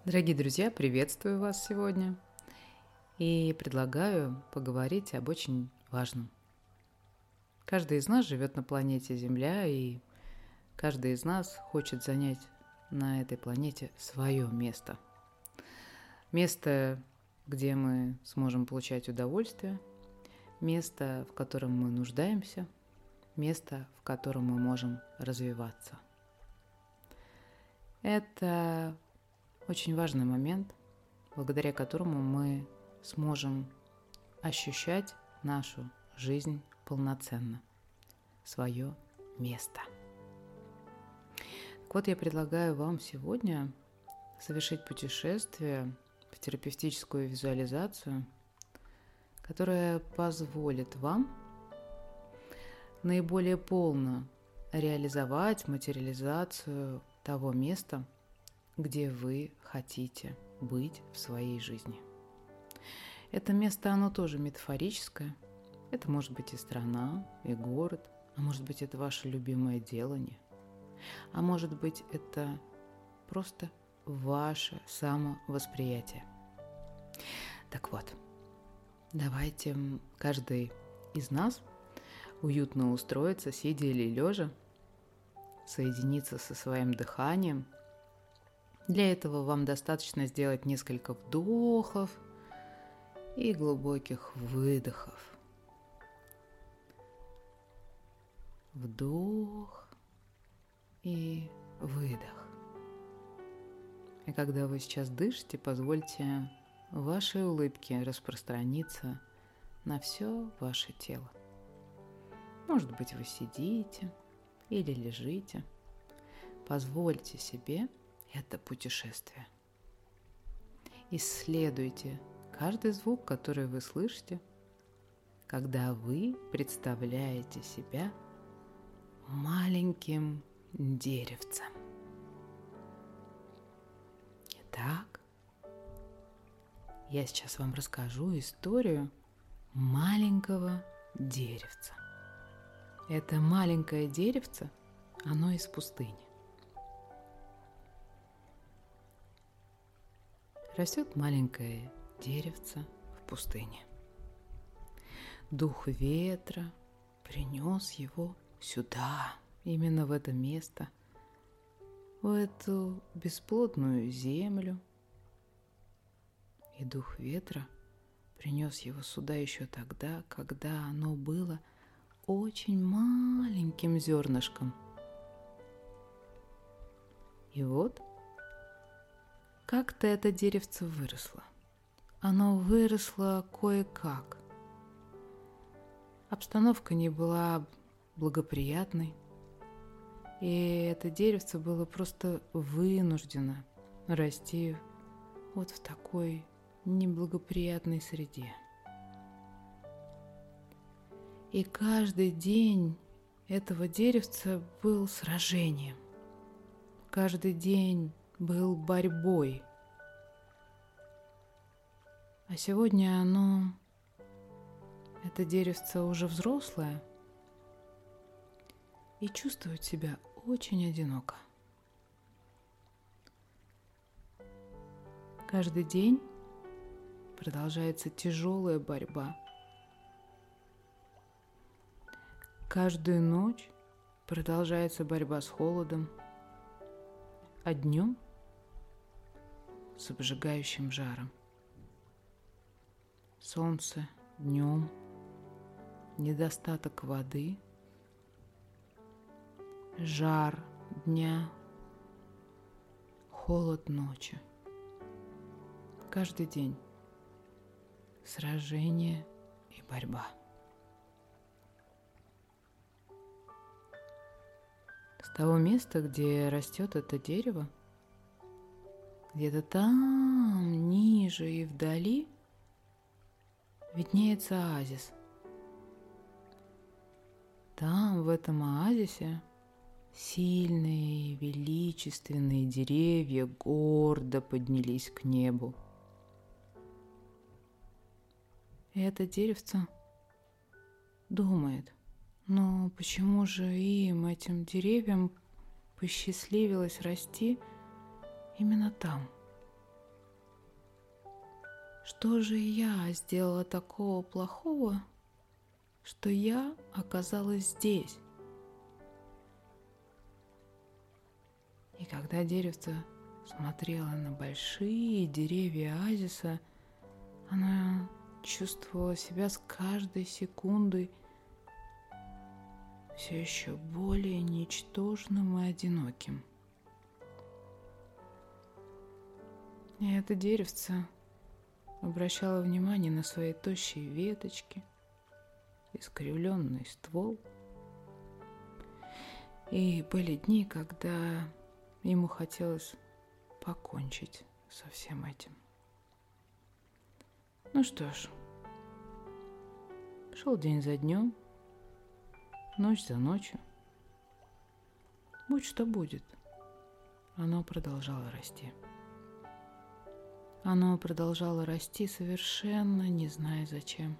Дорогие друзья, приветствую вас сегодня и предлагаю поговорить об очень важном. Каждый из нас живет на планете Земля, и каждый из нас хочет занять на этой планете свое место. Место, где мы сможем получать удовольствие, место, в котором мы нуждаемся, место, в котором мы можем развиваться. Это очень важный момент, благодаря которому мы сможем ощущать нашу жизнь полноценно, свое место. Так вот, я предлагаю вам сегодня совершить путешествие в терапевтическую визуализацию, которая позволит вам наиболее полно реализовать материализацию того места, где вы хотите быть в своей жизни. Это место, оно тоже метафорическое. Это может быть и страна, и город, а может быть это ваше любимое делание, а может быть это просто ваше самовосприятие. Так вот, давайте каждый из нас уютно устроиться, сидя или лежа, соединиться со своим дыханием. Для этого вам достаточно сделать несколько вдохов и глубоких выдохов. Вдох и выдох. И когда вы сейчас дышите, позвольте вашей улыбке распространиться на все ваше тело. Может быть, вы сидите или лежите. Позвольте себе это путешествие. Исследуйте каждый звук, который вы слышите, когда вы представляете себя маленьким деревцем. Итак, я сейчас вам расскажу историю маленького деревца. Это маленькое деревце, оно из пустыни. Растет маленькое деревце в пустыне. Дух ветра принес его сюда, именно в это место, в эту бесплодную землю. И дух ветра принес его сюда еще тогда, когда оно было очень маленьким зернышком. И вот как-то это деревце выросло. Оно выросло кое-как. Обстановка не была благоприятной, и это деревце было просто вынуждено расти вот в такой неблагоприятной среде. И каждый день этого деревца был сражением. Каждый день был борьбой. А сегодня это деревце уже взрослое и чувствует себя очень одиноко. Каждый день продолжается тяжелая борьба. Каждую ночь продолжается борьба с холодом, а днем с обжигающим жаром. Солнце днем, недостаток воды, жар дня, холод ночи. Каждый день сражение и борьба. С того места, где растет это дерево, где-то там, ниже и вдали, виднеется оазис. Там, в этом оазисе, сильные и величественные деревья гордо поднялись к небу. И это деревце думает, но почему же им, этим деревьям, посчастливилось расти именно там, что же я сделала такого плохого, что я оказалась здесь? И когда деревце смотрела на большие деревья оазиса, она чувствовала себя с каждой секундой все еще более ничтожным и одиноким. И это деревце обращало внимание на свои тощие веточки, искривленный ствол. И были дни, когда ему хотелось покончить со всем этим. Ну что ж, шел день за днем, ночь за ночью. Будь что будет, оно продолжало расти. Оно продолжало расти, совершенно не зная зачем.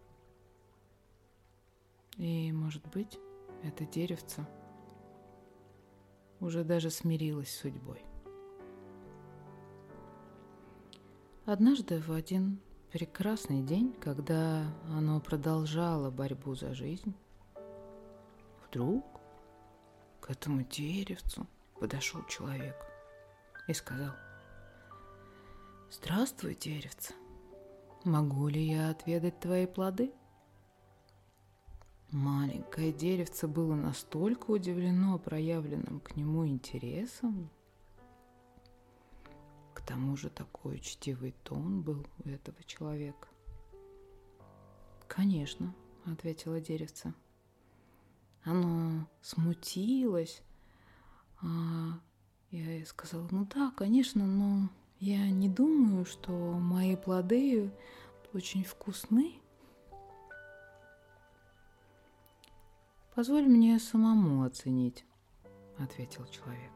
И, может быть, это деревце уже даже смирилось с судьбой. Однажды в один прекрасный день, когда оно продолжало борьбу за жизнь, вдруг к этому деревцу подошел человек и сказал: «Здравствуй, деревце, могу ли я отведать твои плоды?» Маленькое деревце было настолько удивлено проявленным к нему интересом. К тому же такой учтивый тон был у этого человека. «Конечно», — ответило деревце. Оно смутилось. Я сказала: «Ну да, конечно, но я не думаю, что мои плоды очень вкусны. Позволь мне самому оценить», — ответил человек.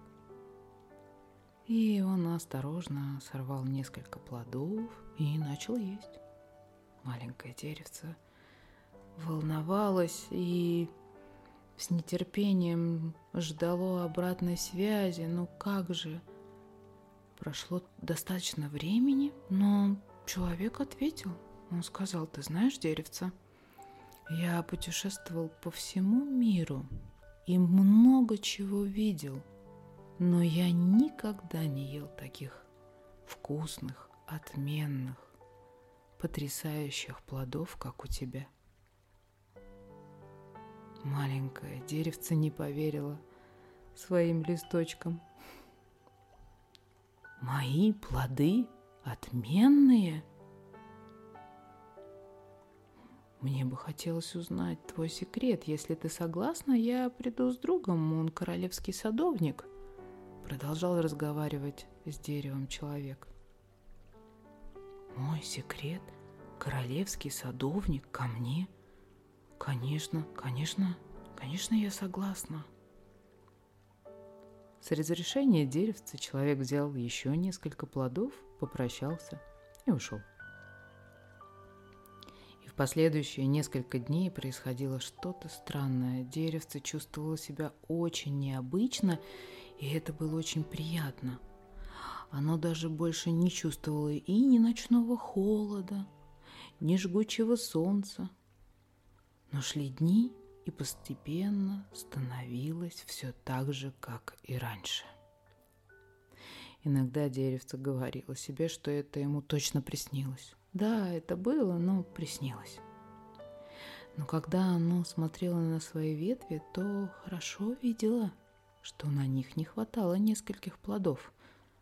И он осторожно сорвал несколько плодов и начал есть. Маленькое деревце волновалось и с нетерпением ждало обратной связи. Ну как же? Прошло достаточно времени, но человек ответил. Он сказал: «Ты знаешь, деревце, я путешествовал по всему миру и много чего видел, но я никогда не ел таких вкусных, отменных, потрясающих плодов, как у тебя». Маленькое деревце не поверило своим листочкам. «Мои плоды отменные? Мне бы хотелось узнать твой секрет. Если ты согласна, я приду с другом, он королевский садовник», — продолжал разговаривать с деревом человек. «Мой секрет? Королевский садовник ко мне? Конечно, я согласна». С разрешения деревца человек взял еще несколько плодов, попрощался и ушел. И в последующие несколько дней происходило что-то странное. Деревце чувствовало себя очень необычно, и это было очень приятно. Оно даже больше не чувствовало и ни ночного холода, ни жгучего солнца. Но шли дни, и постепенно становилось все так же, как и раньше. Иногда деревце говорило себе, что это ему точно приснилось. Да, это было, но приснилось. Но когда оно смотрело на свои ветви, то хорошо видело, что на них не хватало нескольких плодов.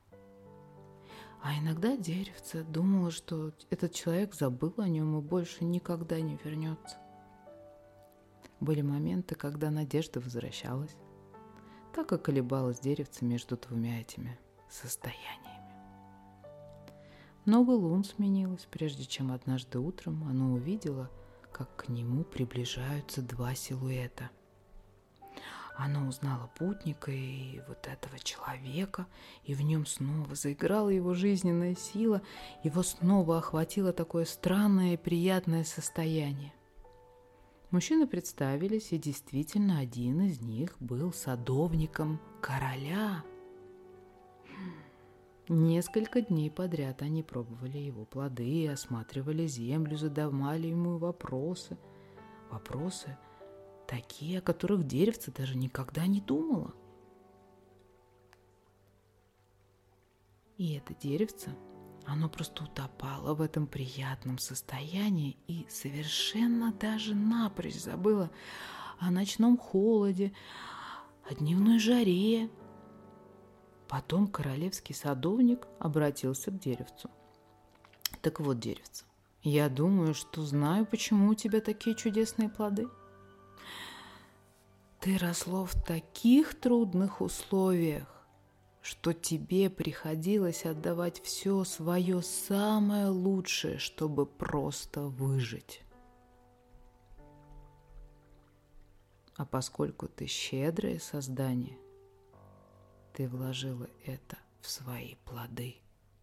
А иногда деревце думало, что этот человек забыл о нем и больше никогда не вернется. Были моменты, когда надежда возвращалась. Так и колебалось деревце между двумя этими состояниями. Много лун сменилось, прежде чем однажды утром оно увидело, как к нему приближаются два силуэта. Оно узнало путника и вот этого человека, и в нем снова заиграла его жизненная сила, его снова охватило такое странное и приятное состояние. Мужчины представились, и действительно один из них был садовником короля. Несколько дней подряд они пробовали его плоды, осматривали землю, задавали ему вопросы. Вопросы такие, о которых деревце даже никогда не думало. И это деревце, оно просто утопало в этом приятном состоянии и совершенно даже напрочь забыло о ночном холоде, о дневной жаре. Потом королевский садовник обратился к деревцу. Так вот, деревце, я думаю, что знаю, почему у тебя такие чудесные плоды. Ты росло в таких трудных условиях, что тебе приходилось отдавать все свое самое лучшее, чтобы просто выжить. А поскольку ты щедрое создание, ты вложила это в свои плоды.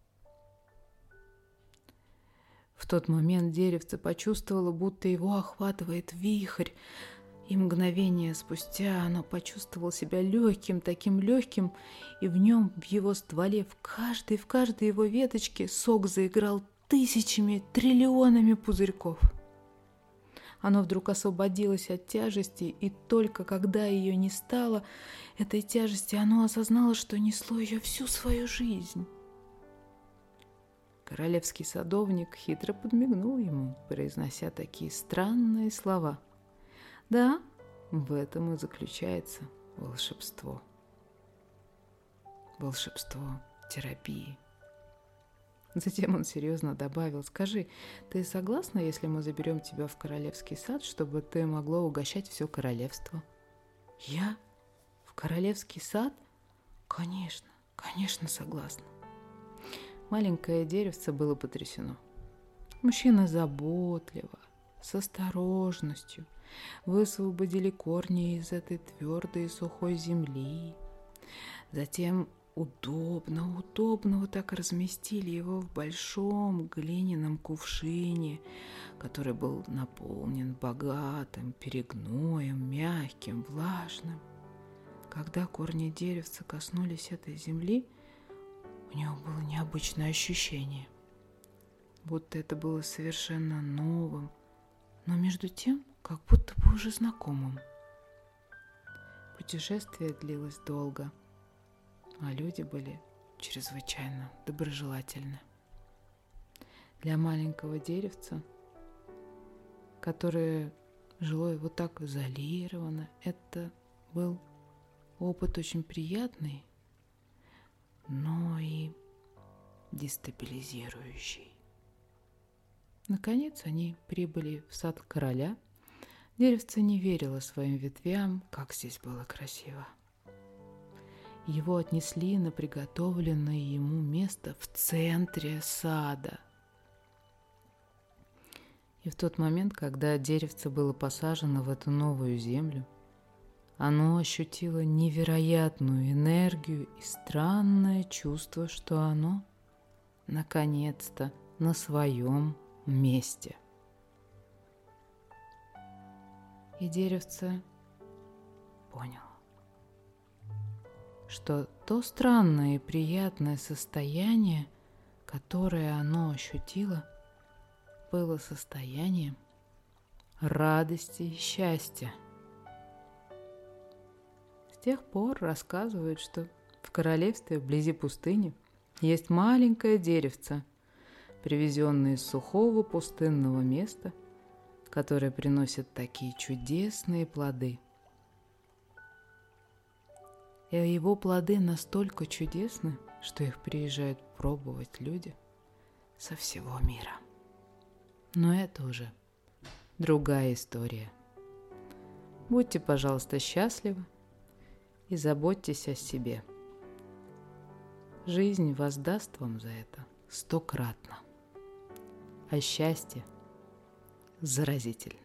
В тот момент деревце почувствовало, будто его охватывает вихрь, и мгновение спустя оно почувствовало себя легким, таким легким, и в нем, в его стволе, в каждой его веточке сок заиграл тысячами, триллионами пузырьков. Оно вдруг освободилось от тяжести, и только когда ее не стало, этой тяжести, оно осознало, что несло ее всю свою жизнь. Королевский садовник хитро подмигнул ему, произнося такие странные слова. Да, в этом и заключается волшебство. Волшебство терапии. Затем он серьезно добавил: скажи, ты согласна, если мы заберем тебя в королевский сад, чтобы ты могла угощать все королевство? Я? В королевский сад? Конечно, конечно, согласна. Маленькое деревце было потрясено. Мужчины заботливо, с осторожностью высвободили корни из этой твердой и сухой земли. Затем удобно вот так разместили его в большом глиняном кувшине, который был наполнен богатым перегноем, мягким, влажным. Когда корни деревца коснулись этой земли, у него было необычное ощущение, будто это было совершенно новым, но между тем, как будто бы уже знакомым. Путешествие длилось долго, а люди были чрезвычайно доброжелательны. Для маленького деревца, которое жило вот так изолированно, это был опыт очень приятный, но и дестабилизирующий. Наконец они прибыли в сад короля. Деревце не верило своим ветвям, как здесь было красиво. Его отнесли на приготовленное ему место в центре сада. И в тот момент, когда деревце было посажено в эту новую землю, оно ощутило невероятную энергию и странное чувство, что оно наконец-то на своем месте. И деревце поняло, что то странное и приятное состояние, которое оно ощутило, было состоянием радости и счастья. С тех пор рассказывают, что в королевстве вблизи пустыни есть маленькое деревце, привезенное из сухого пустынного места, которое приносит такие чудесные плоды. И его плоды настолько чудесны, что их приезжают пробовать люди со всего мира. Но это уже другая история. Будьте, пожалуйста, счастливы и заботьтесь о себе. Жизнь воздаст вам за это 100-кратно. А счастье заразительно.